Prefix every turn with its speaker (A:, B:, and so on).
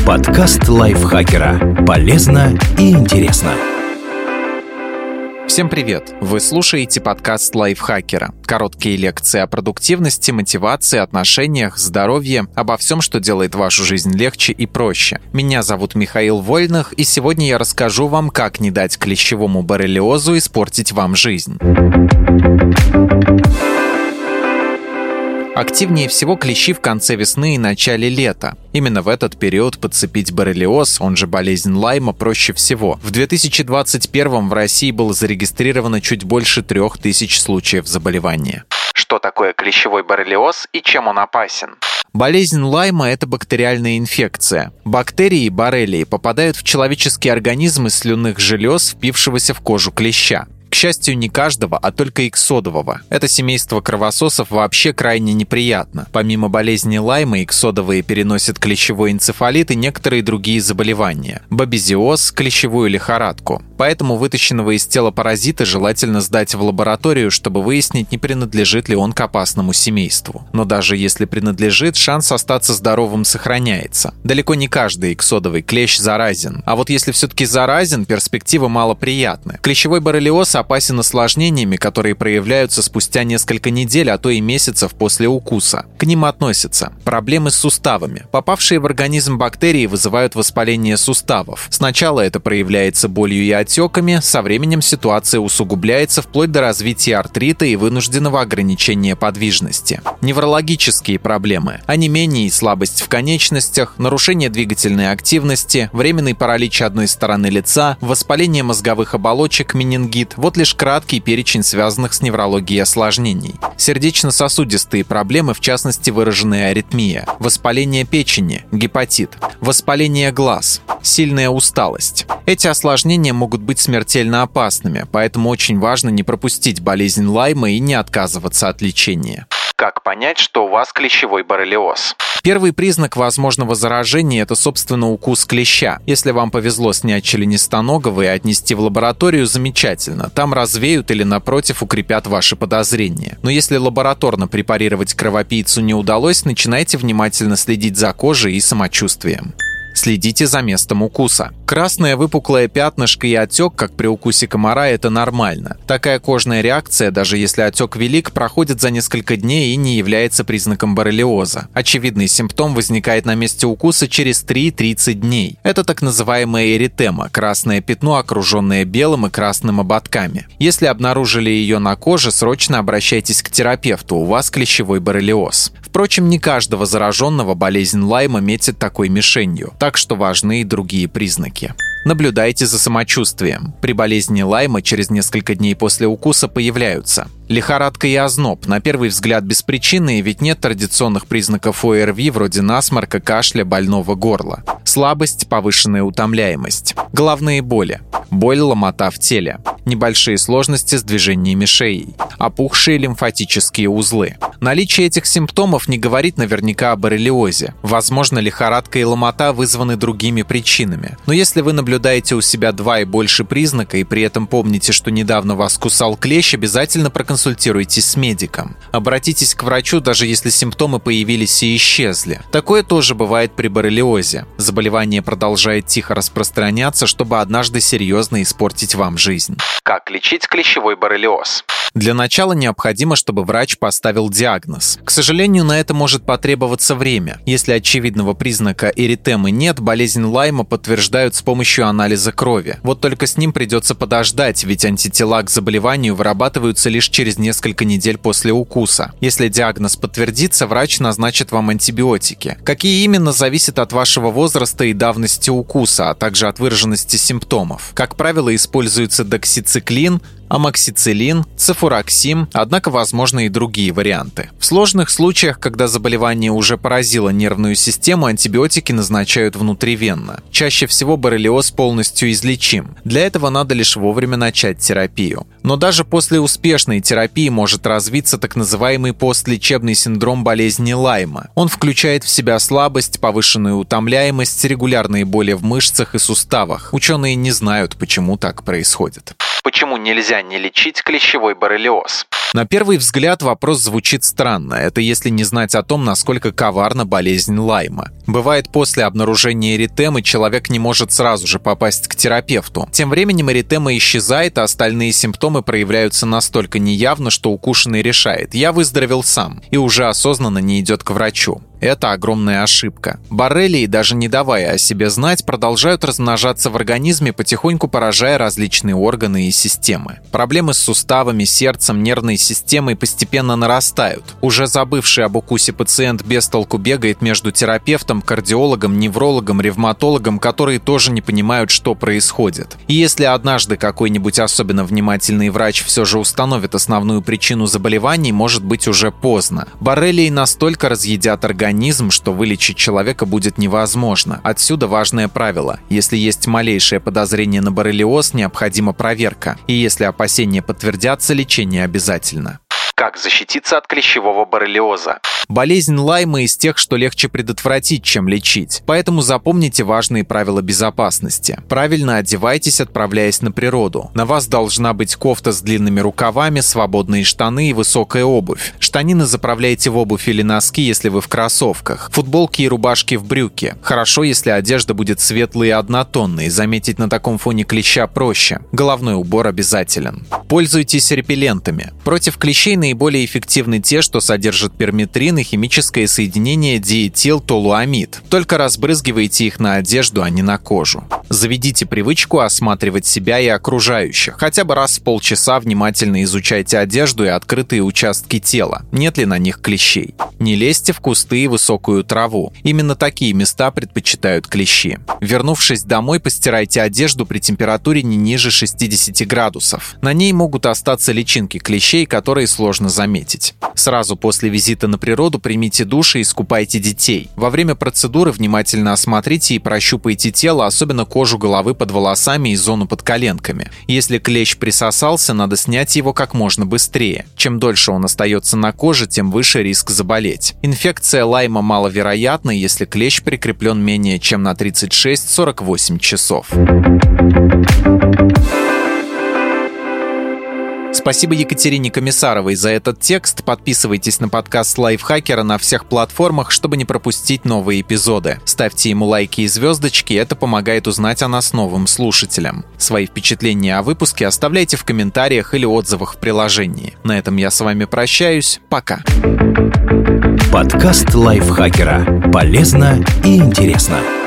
A: Подкаст лайфхакера. Полезно и интересно.
B: Всем привет! Вы слушаете подкаст лайфхакера. Короткие лекции о продуктивности, мотивации, отношениях, здоровье, обо всем, что делает вашу жизнь легче и проще. Меня зовут Михаил Вольных, и сегодня я расскажу вам, как не дать клещевому боррелиозу испортить вам жизнь. Активнее всего клещи в конце весны и начале лета. Именно в этот период подцепить боррелиоз, он же болезнь Лайма, проще всего. В 2021 в России было зарегистрировано чуть больше 3000 случаев заболевания. Что такое клещевой боррелиоз и чем он опасен? Болезнь Лайма – это бактериальная инфекция. Бактерии боррелии попадают в человеческий организм из слюнных желез, впившегося в кожу клеща. К счастью, не каждого, а только иксодового. Это семейство кровососов вообще крайне неприятно. Помимо болезни Лайма, иксодовые переносят клещевой энцефалит и некоторые другие заболевания. Бабезиоз, клещевую лихорадку. Поэтому вытащенного из тела паразита желательно сдать в лабораторию, чтобы выяснить, не принадлежит ли он к опасному семейству. Но даже если принадлежит, шанс остаться здоровым сохраняется. Далеко не каждый иксодовый клещ заразен. А вот если все-таки заразен, перспективы малоприятны. Клещевой боррелиоз опасен осложнениями, которые проявляются спустя несколько недель, а то и месяцев после укуса. К ним относятся проблемы с суставами. Попавшие в организм бактерии вызывают воспаление суставов. Сначала это проявляется болью и отеками, со временем ситуация усугубляется вплоть до развития артрита и вынужденного ограничения подвижности. Неврологические проблемы, онемение и слабость в конечностях, нарушение двигательной активности, временный паралич одной стороны лица, воспаление мозговых оболочек, менингит – вот лишь краткий перечень связанных с неврологией осложнений. Сердечно-сосудистые проблемы, в частности выраженная аритмия, воспаление печени, гепатит, воспаление глаз, сильная усталость. Эти осложнения могут быть смертельно опасными, поэтому очень важно не пропустить болезнь Лайма и не отказываться от лечения. Как понять, что у вас клещевой боррелиоз? Первый признак возможного заражения – это, собственно, укус клеща. Если вам повезло снять членистоногого и отнести в лабораторию, замечательно. Там развеют или, напротив, укрепят ваши подозрения. Но если лабораторно препарировать кровопийцу не удалось, начинайте внимательно следить за кожей и самочувствием. Следите за местом укуса. Красное выпуклое пятнышко и отек, как при укусе комара, это нормально. Такая кожная реакция, даже если отек велик, проходит за несколько дней и не является признаком боррелиоза. Очевидный симптом возникает на месте укуса через 3-30 дней. Это так называемая эритема – красное пятно, окруженное белым и красным ободками. Если обнаружили ее на коже, срочно обращайтесь к терапевту, у вас клещевой боррелиоз. Впрочем, не каждого зараженного болезнь Лайма метит такой мишенью, так что важны и другие признаки. Наблюдайте за самочувствием. При болезни Лайма через несколько дней после укуса появляются лихорадка и озноб, на первый взгляд беспричинные, ведь нет традиционных признаков ОРВИ вроде насморка, кашля, больного горла. Слабость, повышенная утомляемость. Головные боли. Боль, ломота в теле. Небольшие сложности с движениями шеи. Опухшие лимфатические узлы. Наличие этих симптомов не говорит наверняка о боррелиозе. Возможно, лихорадка и ломота вызваны другими причинами. Но если вы наблюдаете у себя 2 и больше признака и при этом помните, что недавно вас кусал клещ, обязательно проконсультируйтесь с медиком. Обратитесь к врачу, даже если симптомы появились и исчезли. Такое тоже бывает при боррелиозе. Заболевание продолжает тихо распространяться, чтобы однажды серьезно испортить вам жизнь. Как лечить клещевой боррелиоз? Для начала необходимо, чтобы врач поставил диагноз. К сожалению, на это может потребоваться время. Если очевидного признака эритемы нет, болезнь Лайма подтверждают с помощью анализа крови. Вот только с ним придется подождать, ведь антитела к заболеванию вырабатываются лишь через несколько недель после укуса. Если диагноз подтвердится, врач назначит вам антибиотики. Какие именно, зависит от вашего возраста и давности укуса, а также от выраженности симптомов. Как правило, используется доксициклин, амоксициллин, цефураксим, однако возможны и другие варианты. В сложных случаях, когда заболевание уже поразило нервную систему, антибиотики назначают внутривенно. Чаще всего боррелиоз полностью излечим. Для этого надо лишь вовремя начать терапию. Но даже после успешной терапии может развиться так называемый постлечебный синдром болезни Лайма. Он включает в себя слабость, повышенную утомляемость, регулярные боли в мышцах и суставах. Ученые не знают, почему так происходит. Почему нельзя не лечить клещевой боррелиоз? На первый взгляд вопрос звучит странно. Это если не знать о том, насколько коварна болезнь Лайма. Бывает, после обнаружения эритемы человек не может сразу же попасть к терапевту. Тем временем эритема исчезает, а остальные симптомы проявляются настолько неявно, что укушенный решает: «Я выздоровел сам», и уже осознанно не идет к врачу. Это огромная ошибка. Боррелии, даже не давая о себе знать, продолжают размножаться в организме, потихоньку поражая различные органы и системы. Проблемы с суставами, сердцем, нервной системой постепенно нарастают. Уже забывший об укусе пациент без толку бегает между терапевтом, кардиологом, неврологом, ревматологом, которые тоже не понимают, что происходит. И если однажды какой-нибудь особенно внимательный врач все же установит основную причину заболеваний, может быть уже поздно. Боррелии настолько разъедят организм, что вылечить человека будет невозможно. Отсюда важное правило: если есть малейшее подозрение на боррелиоз, необходима проверка. И если опасения подтвердятся, лечение обязательно. Как защититься от клещевого боррелиоза? Болезнь Лайма из тех, что легче предотвратить, чем лечить. Поэтому запомните важные правила безопасности. Правильно одевайтесь, отправляясь на природу. На вас должна быть кофта с длинными рукавами, свободные штаны и высокая обувь. Штанины заправляйте в обувь или носки, если вы в кроссовках. Футболки и рубашки в брюки. Хорошо, если одежда будет светлой и однотонной. Заметить на таком фоне клеща проще. Головной убор обязателен. Пользуйтесь репеллентами. Против клещей наиболее эффективны те, что содержат перметрин и химическое соединение диэтилтолуамид. Только разбрызгивайте их на одежду, а не на кожу. Заведите привычку осматривать себя и окружающих. Хотя бы раз в полчаса внимательно изучайте одежду и открытые участки тела. Нет ли на них клещей? Не лезьте в кусты и высокую траву. Именно такие места предпочитают клещи. Вернувшись домой, постирайте одежду при температуре не ниже 60 градусов. На ней могут остаться личинки клещей, которые сложно заметить. Сразу после визита на природу примите душ и искупайте детей. Во время процедуры внимательно осмотрите и прощупайте тело, особенно кожу головы под волосами и зону под коленками. Если клещ присосался, надо снять его как можно быстрее. Чем дольше он остается на коже, тем выше риск заболеть. Инфекция Лайма маловероятна, если клещ прикреплен менее чем на 36-48 часов. Спасибо Екатерине Комиссаровой за этот текст. Подписывайтесь на подкаст Лайфхакера на всех платформах, чтобы не пропустить новые эпизоды. Ставьте ему лайки и звездочки, это помогает узнать о нас новым слушателям. Свои впечатления о выпуске оставляйте в комментариях или отзывах в приложении. На этом я с вами прощаюсь. Пока.
A: Подкаст Лайфхакера. Полезно и интересно.